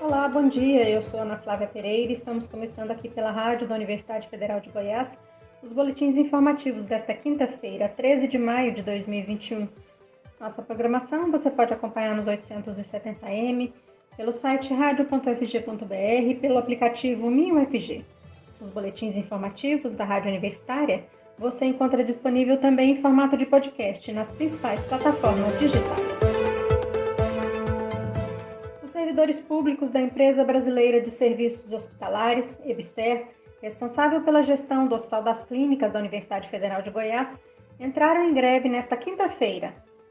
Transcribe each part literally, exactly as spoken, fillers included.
Olá, bom dia. Eu sou Ana Flávia Pereira e estamos começando aqui pela rádio da Universidade Federal de Goiás os boletins informativos desta quinta-feira, treze de maio de dois mil e vinte e um. Nossa programação você pode acompanhar nos oitocentos e setenta A M, pelo site radio ponto f g ponto b r e pelo aplicativo Minho F G. Os boletins informativos da Rádio Universitária você encontra disponível também em formato de podcast nas principais plataformas digitais. Os servidores públicos da Empresa Brasileira de Serviços Hospitalares, EBSER, responsável pela gestão do Hospital das Clínicas da Universidade Federal de Goiás, entraram em greve nesta quinta-feira.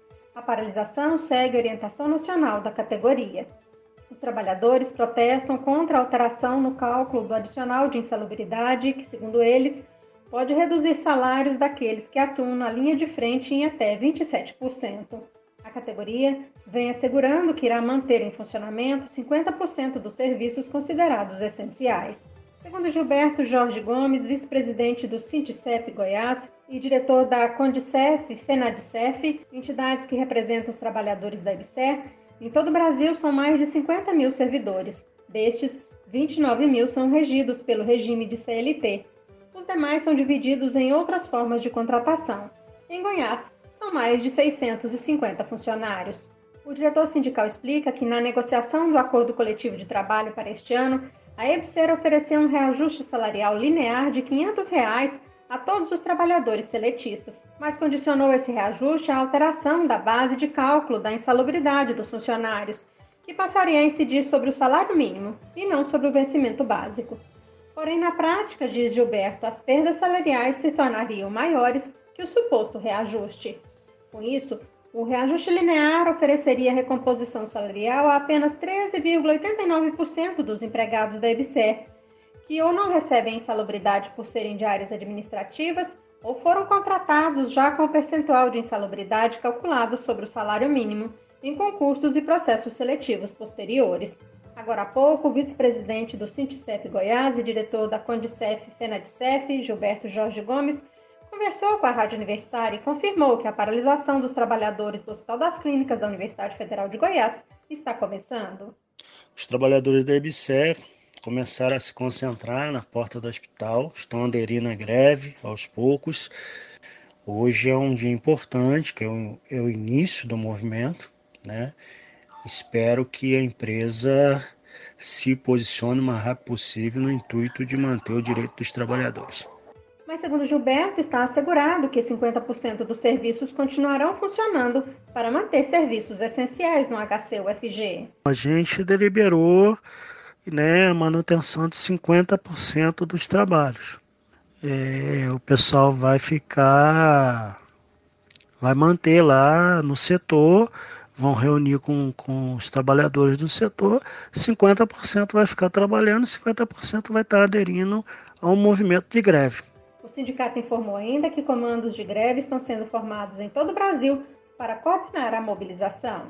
A paralisação segue a orientação nacional da categoria. Os trabalhadores protestam contra a alteração no cálculo do adicional de insalubridade, que, segundo eles, pode reduzir salários daqueles que atuam na linha de frente em até vinte e sete por cento. A categoria vem assegurando que irá manter em funcionamento cinquenta por cento dos serviços considerados essenciais. Segundo Gilberto Jorge Gomes, vice-presidente do Sindicep Goiás e diretor da Condicef, Fenadicef, entidades que representam os trabalhadores da EBSER, em todo o Brasil são mais de cinquenta mil servidores. Destes, vinte e nove mil são regidos pelo regime de C L T. Os demais são divididos em outras formas de contratação. Em Goiás, são mais de seiscentos e cinquenta funcionários. O diretor sindical explica que, na negociação do acordo coletivo de trabalho para este ano, a EBSER ofereceu um reajuste salarial linear de quinhentos reais a todos os trabalhadores seletistas, mas condicionou esse reajuste à alteração da base de cálculo da insalubridade dos funcionários, que passaria a incidir sobre o salário mínimo e não sobre o vencimento básico. Porém, na prática, diz Gilberto, as perdas salariais se tornariam maiores que o suposto reajuste. Com isso, o reajuste linear ofereceria recomposição salarial a apenas treze vírgula oitenta e nove por cento dos empregados da EBSER, que ou não recebem insalubridade por serem de áreas administrativas ou foram contratados já com o percentual de insalubridade calculado sobre o salário mínimo em concursos e processos seletivos posteriores. Agora há pouco, o vice-presidente do Sindicep Goiás e diretor da Condicef Fenadicef, Gilberto Jorge Gomes, conversou com a Rádio Universitária e confirmou que a paralisação dos trabalhadores do Hospital das Clínicas da Universidade Federal de Goiás está começando. Os trabalhadores da EBSER começaram a se concentrar na porta do hospital, estão aderindo à greve aos poucos. Hoje é um dia importante, que é o, é o início do movimento, né? Espero que a empresa se posicione o mais rápido possível no intuito de manter o direito dos trabalhadores. Mas, segundo Gilberto, está assegurado que cinquenta por cento dos serviços continuarão funcionando para manter serviços essenciais no H C U F G. A gente deliberou, né, a manutenção de cinquenta por cento dos trabalhos. É, o pessoal vai ficar, vai manter lá no setor, vão reunir com, com os trabalhadores do setor, cinquenta por cento vai ficar trabalhando, cinquenta por cento vai estar aderindo ao movimento de greve. O sindicato informou ainda que comandos de greve estão sendo formados em todo o Brasil para coordenar a mobilização.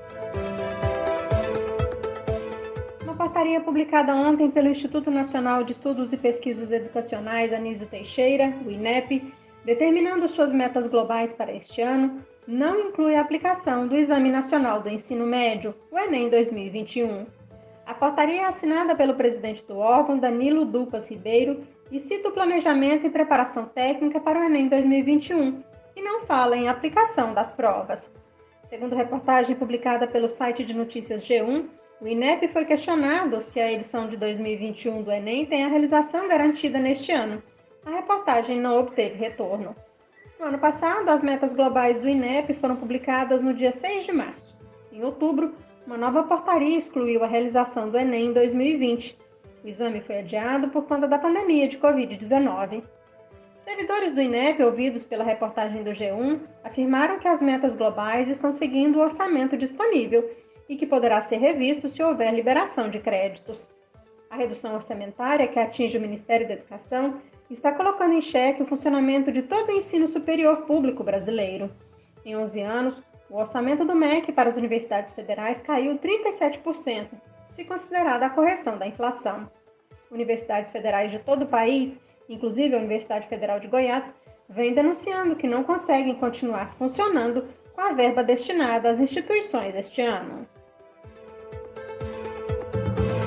Uma portaria publicada ontem pelo Instituto Nacional de Estudos e Pesquisas Educacionais Anísio Teixeira, o INEP, determinando suas metas globais para este ano, não inclui a aplicação do Exame Nacional do Ensino Médio, o Enem dois mil e vinte e um. A portaria é assinada pelo presidente do órgão, Danilo Dupas Ribeiro, e cita o planejamento e preparação técnica para o Enem dois mil e vinte e um, e não fala em aplicação das provas. Segundo reportagem publicada pelo site de notícias G um, o INEP foi questionado se a edição de dois mil e vinte e um do Enem tem a realização garantida neste ano. A reportagem não obteve retorno. No ano passado, as metas globais do INEP foram publicadas no dia seis de março. Em outubro, uma nova portaria excluiu a realização do Enem em dois mil e vinte. O exame foi adiado por conta da pandemia de covid dezenove. Servidores do INEP, ouvidos pela reportagem do G um, afirmaram que as metas globais estão seguindo o orçamento disponível e que poderá ser revisto se houver liberação de créditos. A redução orçamentária, que atinge o Ministério da Educação, está colocando em xeque o funcionamento de todo o ensino superior público brasileiro. Em onze anos, o orçamento do M E C para as universidades federais caiu trinta e sete por cento, se considerada a correção da inflação. Universidades federais de todo o país, inclusive a Universidade Federal de Goiás, vêm denunciando que não conseguem continuar funcionando com a verba destinada às instituições este ano.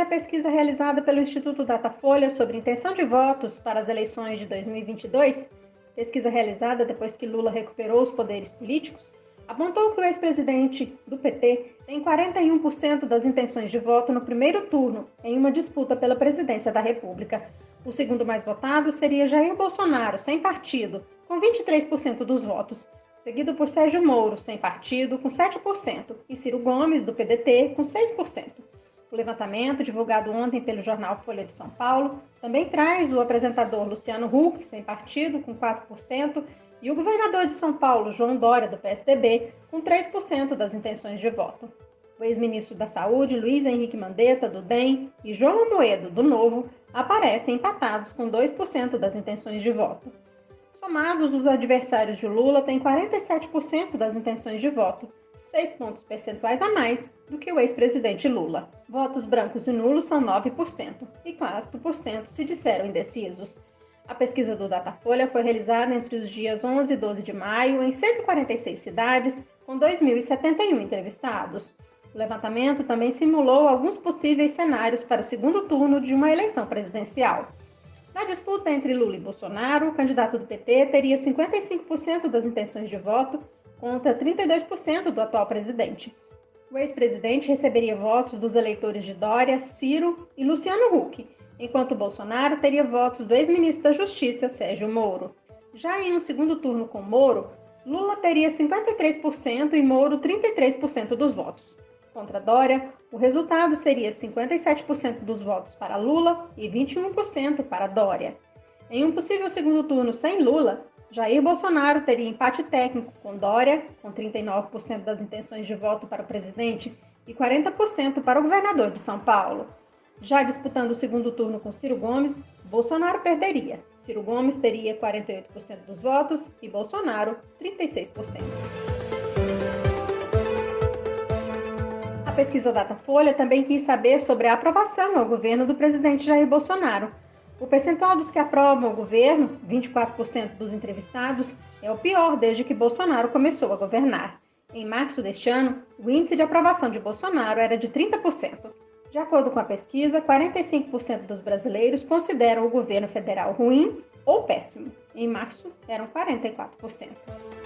a pesquisa realizada pelo Instituto Datafolha sobre intenção de votos para as eleições de dois mil e vinte e dois, pesquisa realizada depois que Lula recuperou os poderes políticos, apontou que o ex-presidente do P T tem quarenta e um por cento das intenções de voto no primeiro turno em uma disputa pela presidência da República. O segundo mais votado seria Jair Bolsonaro, sem partido, com vinte e três por cento dos votos, seguido por Sérgio Moro, sem partido, com sete por cento, e Ciro Gomes, do P D T, com seis por cento. O levantamento, divulgado ontem pelo jornal Folha de São Paulo, também traz o apresentador Luciano Huck, sem partido, com quatro por cento, e o governador de São Paulo, João Dória, do P S D B, com três por cento das intenções de voto. O ex-ministro da Saúde, Luiz Henrique Mandetta, do D E M, e João Amoedo, do Novo, aparecem empatados com dois por cento das intenções de voto. Somados, os adversários de Lula têm quarenta e sete por cento das intenções de voto, seis pontos percentuais a mais do que o ex-presidente Lula. Votos brancos e nulos são nove por cento e quatro por cento se disseram indecisos. A pesquisa do Datafolha foi realizada entre os dias onze e doze de maio em cento e quarenta e seis cidades, com dois mil e setenta e um entrevistados. O levantamento também simulou alguns possíveis cenários para o segundo turno de uma eleição presidencial. Na disputa entre Lula e Bolsonaro, o candidato do P T teria cinquenta e cinco por cento das intenções de voto contra trinta e dois por cento do atual presidente. O ex-presidente receberia votos dos eleitores de Dória, Ciro e Luciano Huck, enquanto Bolsonaro teria votos do ex-ministro da Justiça, Sérgio Moro. Já em um segundo turno com Moro, Lula teria cinquenta e três por cento e Moro trinta e três por cento dos votos. Contra Dória, o resultado seria cinquenta e sete por cento dos votos para Lula e vinte e um por cento para Dória. Em um possível segundo turno sem Lula, Jair Bolsonaro teria empate técnico com Dória, com trinta e nove por cento das intenções de voto para o presidente e quarenta por cento para o governador de São Paulo. Já disputando o segundo turno com Ciro Gomes, Bolsonaro perderia. Ciro Gomes teria quarenta e oito por cento dos votos e Bolsonaro trinta e seis por cento. A pesquisa Datafolha também quis saber sobre a aprovação ao governo do presidente Jair Bolsonaro. O percentual dos que aprovam o governo, vinte e quatro por cento dos entrevistados, é o pior desde que Bolsonaro começou a governar. Em março deste ano, o índice de aprovação de Bolsonaro era de trinta por cento. De acordo com a pesquisa, quarenta e cinco por cento dos brasileiros consideram o governo federal ruim ou péssimo. Em março, eram quarenta e quatro por cento.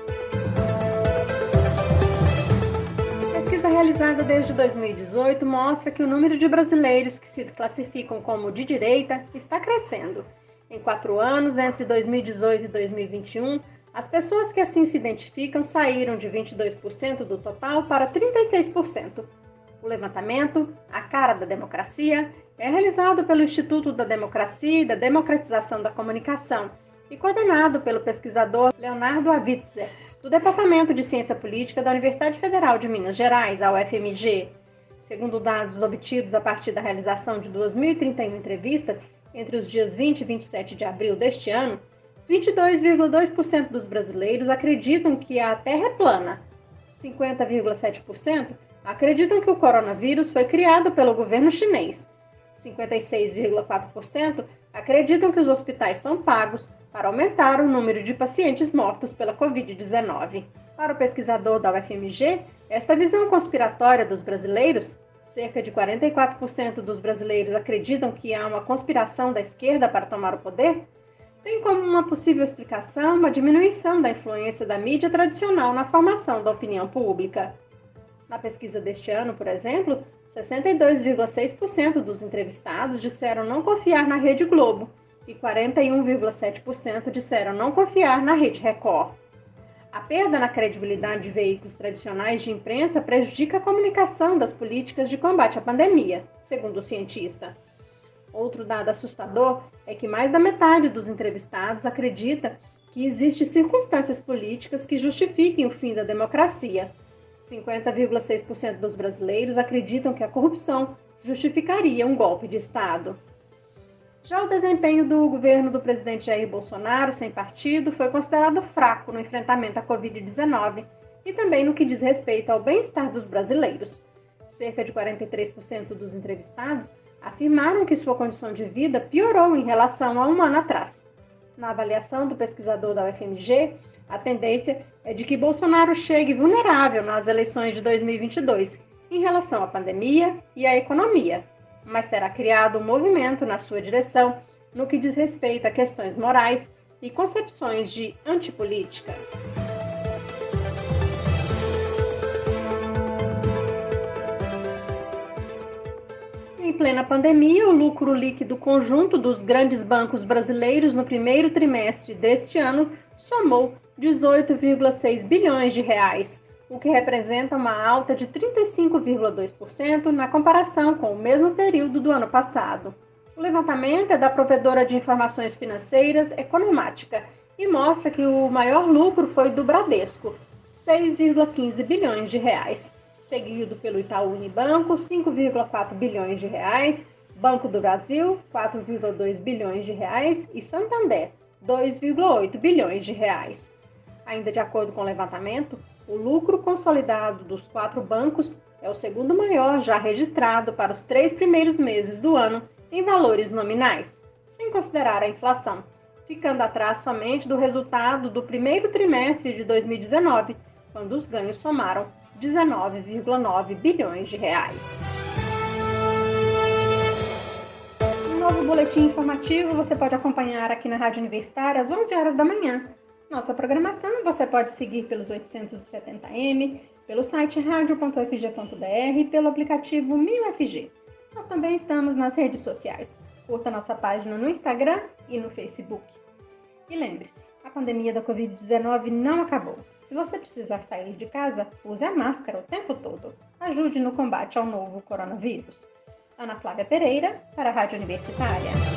A pesquisa realizada desde dois mil e dezoito mostra que o número de brasileiros que se classificam como de direita está crescendo. Em quatro anos, entre dois mil e dezoito e dois mil e vinte e um, as pessoas que assim se identificam saíram de vinte e dois por cento do total para trinta e seis por cento. O levantamento, A Cara da Democracia, é realizado pelo Instituto da Democracia e da Democratização da Comunicação e coordenado pelo pesquisador Leonardo Avitzer, do Departamento de Ciência Política da Universidade Federal de Minas Gerais, a U F M G. Segundo dados obtidos a partir da realização de duas mil e trinta e um entrevistas entre os dias vinte e vinte e sete de abril deste ano, vinte e dois vírgula dois por cento dos brasileiros acreditam que a Terra é plana, cinquenta vírgula sete por cento acreditam que o coronavírus foi criado pelo governo chinês, cinquenta e seis vírgula quatro por cento acreditam que os hospitais são pagos para aumentar o número de pacientes mortos pela covid dezenove. Para o pesquisador da U F M G, esta visão conspiratória dos brasileiros, cerca de quarenta e quatro por cento dos brasileiros acreditam que há uma conspiração da esquerda para tomar o poder, tem como uma possível explicação uma diminuição da influência da mídia tradicional na formação da opinião pública. Na pesquisa deste ano, por exemplo, sessenta e dois vírgula seis por cento dos entrevistados disseram não confiar na Rede Globo e quarenta e um vírgula sete por cento disseram não confiar na Rede Record. A perda na credibilidade de veículos tradicionais de imprensa prejudica a comunicação das políticas de combate à pandemia, segundo o cientista. Outro dado assustador é que mais da metade dos entrevistados acredita que existem circunstâncias políticas que justifiquem o fim da democracia. cinquenta vírgula seis por cento dos brasileiros acreditam que a corrupção justificaria um golpe de Estado. Já o desempenho do governo do presidente Jair Bolsonaro, sem partido, foi considerado fraco no enfrentamento à covid dezenove e também no que diz respeito ao bem-estar dos brasileiros. Cerca de quarenta e três por cento dos entrevistados afirmaram que sua condição de vida piorou em relação a um ano atrás. Na avaliação do pesquisador da U F M G, a tendência é de que Bolsonaro chegue vulnerável nas eleições de dois mil e vinte e dois em relação à pandemia e à economia. mas terá criado um movimento na sua direção no que diz respeito a questões morais e concepções de antipolítica. Em plena pandemia, o lucro líquido conjunto dos grandes bancos brasileiros no primeiro trimestre deste ano somou dezoito vírgula seis bilhões de reais, o que representa uma alta de trinta e cinco vírgula dois por cento na comparação com o mesmo período do ano passado. O levantamento é da provedora de informações financeiras Economática e mostra que o maior lucro foi do Bradesco, seis vírgula quinze bilhões de reais, seguido pelo Itaú Unibanco, cinco vírgula quatro bilhões de reais, Banco do Brasil, quatro vírgula dois bilhões de reais e Santander, dois vírgula oito bilhões de reais. Ainda de acordo com o levantamento, o lucro consolidado dos quatro bancos é o segundo maior já registrado para os três primeiros meses do ano em valores nominais, sem considerar a inflação, ficando atrás somente do resultado do primeiro trimestre de dois mil e dezenove, quando os ganhos somaram dezenove vírgula nove bilhões de reais. Um novo boletim informativo você pode acompanhar aqui na Rádio Universitária às onze horas da manhã. Nossa programação você pode seguir pelos oitocentos e setenta eme, pelo site radio ponto u f g ponto b r e pelo aplicativo mil F G. Nós também estamos nas redes sociais. Curta nossa página no Instagram e no Facebook. E lembre-se, a pandemia da covid dezenove não acabou. Se você precisar sair de casa, use a máscara o tempo todo. Ajude no combate ao novo coronavírus. Ana Flávia Pereira, para a Rádio Universitária.